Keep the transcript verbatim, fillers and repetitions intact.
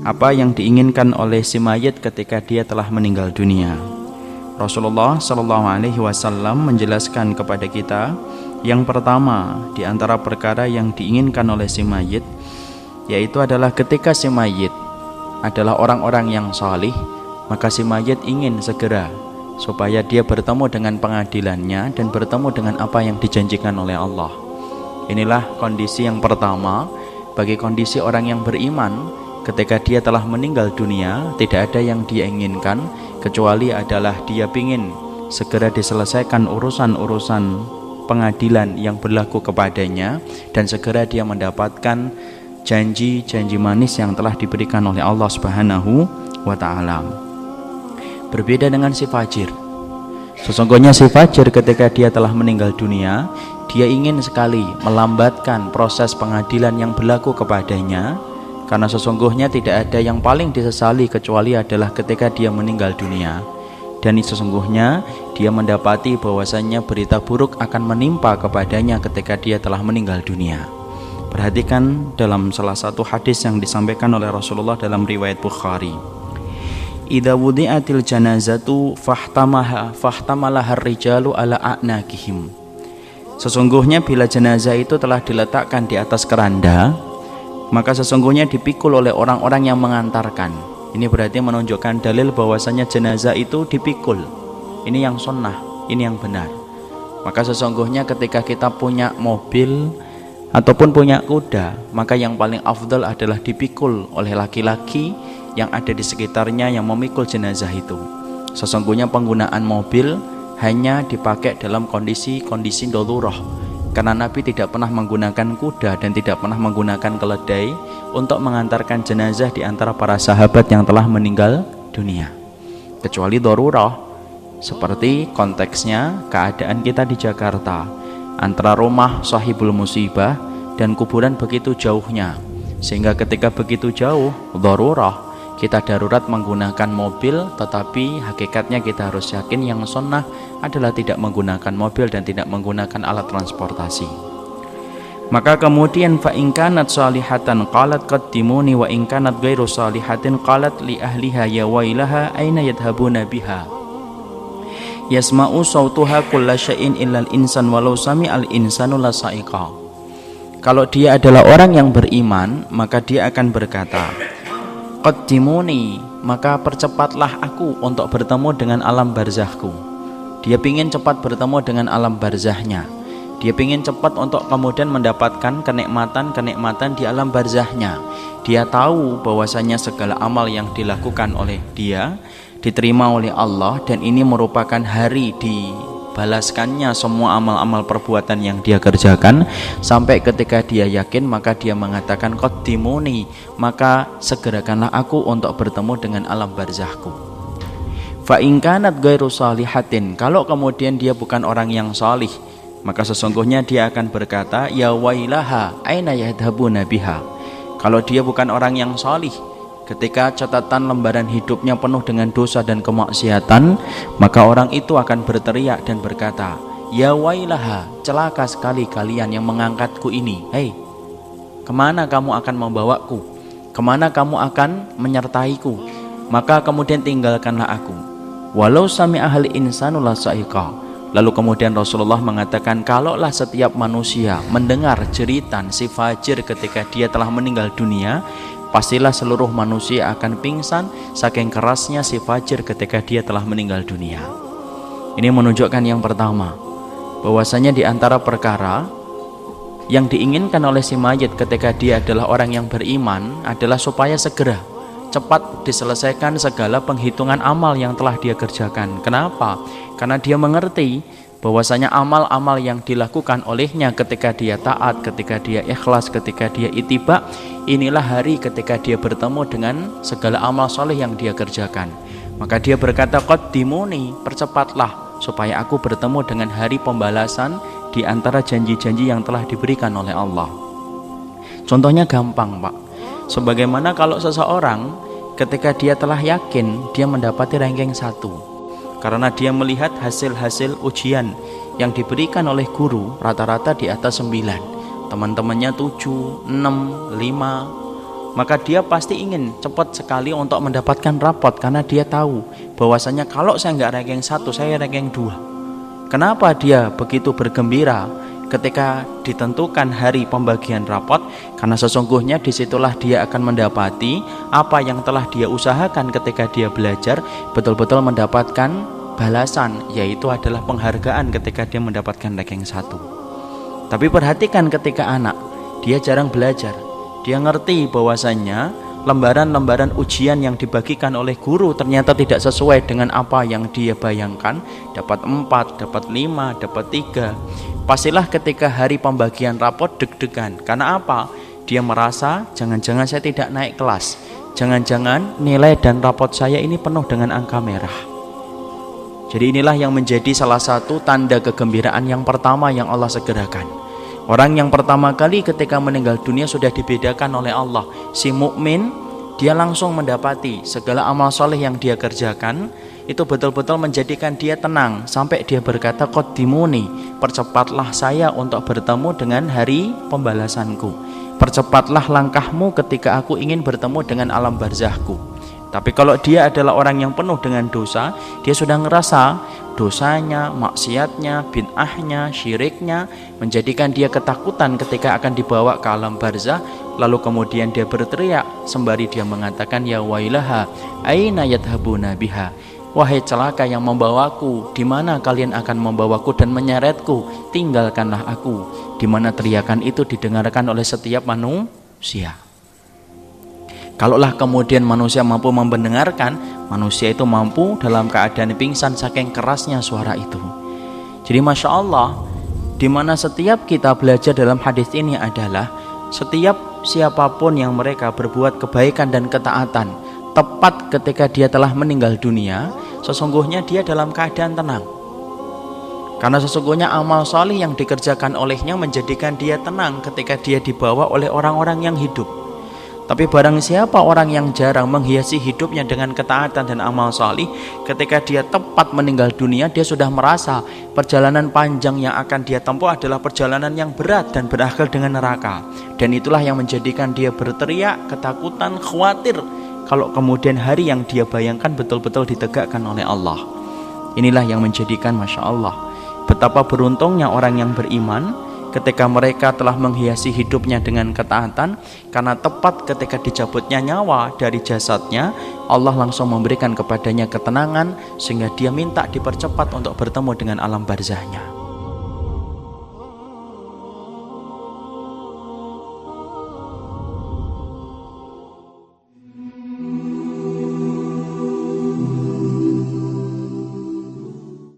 apa yang diinginkan oleh si mayit ketika dia telah meninggal dunia. Rasulullah Shallallahu Alaihi Wasallam menjelaskan kepada kita, yang pertama di antara perkara yang diinginkan oleh si mayit, yaitu adalah ketika si mayit adalah orang-orang yang salih, maka si mayit ingin segera supaya dia bertemu dengan pengadilannya dan bertemu dengan apa yang dijanjikan oleh Allah. Inilah kondisi yang pertama bagi kondisi orang yang beriman. Ketika dia telah meninggal dunia, tidak ada yang dia inginkan kecuali adalah dia ingin segera diselesaikan urusan-urusan pengadilan yang berlaku kepadanya, dan segera dia mendapatkan janji-janji manis yang telah diberikan oleh Allah Subhanahu wa ta'ala. Berbeda dengan si fajir. Sesungguhnya si fajir ketika dia telah meninggal dunia, dia ingin sekali melambatkan proses pengadilan yang berlaku kepadanya, karena sesungguhnya tidak ada yang paling disesali kecuali adalah ketika dia meninggal dunia. Dan sesungguhnya dia mendapati bahwasannya berita buruk akan menimpa kepadanya ketika dia telah meninggal dunia. Perhatikan dalam salah satu hadis yang disampaikan oleh Rasulullah dalam riwayat Bukhari. Idza wudi'atil janazatu fahtamaha fahtamalaha ar-rijalu ala a'naqihim. Sesungguhnya bila jenazah itu telah diletakkan di atas keranda, maka sesungguhnya dipikul oleh orang-orang yang mengantarkan. Ini berarti menunjukkan dalil bahwasanya jenazah itu dipikul. Ini yang sunnah, ini yang benar. Maka sesungguhnya ketika kita punya mobil ataupun punya kuda, maka yang paling afdal adalah dipikul oleh laki-laki yang ada di sekitarnya yang memikul jenazah itu. Sesungguhnya penggunaan mobil hanya dipakai dalam kondisi-kondisi darurah. Karena Nabi tidak pernah menggunakan kuda dan tidak pernah menggunakan keledai untuk mengantarkan jenazah di antara para sahabat yang telah meninggal dunia, kecuali darurah, seperti konteksnya keadaan kita di Jakarta, antara rumah sahibul musibah dan kuburan begitu jauhnya, sehingga ketika begitu jauh darurah, kita darurat menggunakan mobil, tetapi hakikatnya kita harus yakin yang sunnah adalah tidak menggunakan mobil dan tidak menggunakan alat transportasi. Maka kemudian fa in kanat salihatan qalat qaddimuni wa in kanat ghairu salihatin qalat li ahliha ya wailaha aina yadhhabuna biha yasma'u sautuha kulla syai'in illal insan walau sami'al insanu la sa'iqa. Kalau dia adalah orang yang beriman, maka dia akan berkata, qaddimuni, maka percepatlah aku untuk bertemu dengan alam barzahku. Dia ingin cepat bertemu dengan alam barzahnya. Dia ingin cepat untuk kemudian mendapatkan kenikmatan-kenikmatan di alam barzahnya. Dia tahu bahwasanya segala amal yang dilakukan oleh dia diterima oleh Allah, dan ini merupakan hari dibalaskannya semua amal-amal perbuatan yang dia kerjakan. Sampai ketika dia yakin, maka dia mengatakan qaddimuni, maka segerakanlah aku untuk bertemu dengan alam barzahku. Fa in kanat ghairu salihatin, kalau kemudian dia bukan orang yang salih, maka sesungguhnya dia akan berkata ya wailaha aina yadhhabuna biha. Kalau dia bukan orang yang salih, ketika catatan lembaran hidupnya penuh dengan dosa dan kemaksiatan, maka orang itu akan berteriak dan berkata, ya wailaha, celaka sekali kalian yang mengangkatku ini. Hei, kemana kamu akan membawaku? Kemana kamu akan menyertaiku? Maka kemudian tinggalkanlah aku. Walau sami'a ahli insanu la sa'iqa. Lalu kemudian Rasulullah mengatakan, kalaulah setiap manusia mendengar jeritan si fajir ketika dia telah meninggal dunia, pastilah seluruh manusia akan pingsan saking kerasnya si fajir ketika dia telah meninggal dunia. Ini menunjukkan yang pertama, bahwasanya di antara perkara yang diinginkan oleh si mayit ketika dia adalah orang yang beriman adalah supaya segera cepat diselesaikan segala penghitungan amal yang telah dia kerjakan. Kenapa? Karena dia mengerti bahwasanya amal-amal yang dilakukan olehnya ketika dia taat, ketika dia ikhlas, ketika dia ittiba, inilah hari ketika dia bertemu dengan segala amal soleh yang dia kerjakan. Maka dia berkata, qaddimuni, percepatlah supaya aku bertemu dengan hari pembalasan di antara janji-janji yang telah diberikan oleh Allah. Contohnya gampang, Pak. Sebagaimana kalau seseorang ketika dia telah yakin dia mendapati ranking satu, karena dia melihat hasil-hasil ujian yang diberikan oleh guru rata-rata di atas sembilan, teman-temannya tujuh, enam, lima, maka dia pasti ingin cepat sekali untuk mendapatkan rapot, karena dia tahu bahwasanya kalau saya nggak ranking satu, saya ranking dua. Kenapa dia begitu bergembira ketika ditentukan hari pembagian rapot? Karena sesungguhnya disitulah dia akan mendapati apa yang telah dia usahakan ketika dia belajar, betul-betul mendapatkan balasan, yaitu adalah penghargaan ketika dia mendapatkan ranking satu. Tapi perhatikan ketika anak, dia jarang belajar, dia ngerti bahwasannya lembaran-lembaran ujian yang dibagikan oleh guru ternyata tidak sesuai dengan apa yang dia bayangkan, dapat empat, dapat lima, dapat tiga. Pastilah ketika hari pembagian rapot deg-degan. Karena apa? Dia merasa jangan-jangan saya tidak naik kelas, jangan-jangan nilai dan rapot saya ini penuh dengan angka merah. Jadi inilah yang menjadi salah satu tanda kegembiraan yang pertama yang Allah segerakan. Orang yang pertama kali ketika meninggal dunia sudah dibedakan oleh Allah. Si mukmin, dia langsung mendapati segala amal soleh yang dia kerjakan itu betul-betul menjadikan dia tenang, sampai dia berkata, qaddimuni, percepatlah saya untuk bertemu dengan hari pembalasanku, percepatlah langkahmu ketika aku ingin bertemu dengan alam barzahku. Tapi kalau dia adalah orang yang penuh dengan dosa, dia sudah ngerasa dosanya, maksiatnya, bid'ahnya, syiriknya menjadikan dia ketakutan ketika akan dibawa ke alam barzah. Lalu kemudian dia berteriak sembari dia mengatakan, ya wailaha aina yadhabuna biha, wahai celaka yang membawaku, di mana kalian akan membawaku dan menyeretku, tinggalkanlah aku. Di mana teriakan itu didengarkan oleh setiap manusia. Kalaulah kemudian manusia mampu mendengarkan, manusia itu mampu dalam keadaan pingsan saking kerasnya suara itu. Jadi Masya Allah, dimana setiap kita belajar dalam hadis ini adalah setiap siapapun yang mereka berbuat kebaikan dan ketaatan tepat ketika dia telah meninggal dunia, sesungguhnya dia dalam keadaan tenang. Karena sesungguhnya amal salih yang dikerjakan olehnya menjadikan dia tenang ketika dia dibawa oleh orang-orang yang hidup. Tapi barang siapa orang yang jarang menghiasi hidupnya dengan ketaatan dan amal salih, ketika dia tepat meninggal dunia, dia sudah merasa perjalanan panjang yang akan dia tempuh adalah perjalanan yang berat dan berakhir dengan neraka. Dan itulah yang menjadikan dia berteriak, ketakutan, khawatir kalau kemudian hari yang dia bayangkan betul-betul ditegakkan oleh Allah. Inilah yang menjadikan Masya Allah, betapa beruntungnya orang yang beriman ketika mereka telah menghiasi hidupnya dengan ketaatan, karena tepat ketika dicabutnya nyawa dari jasadnya, Allah langsung memberikan kepadanya ketenangan sehingga dia minta dipercepat untuk bertemu dengan alam barzahnya.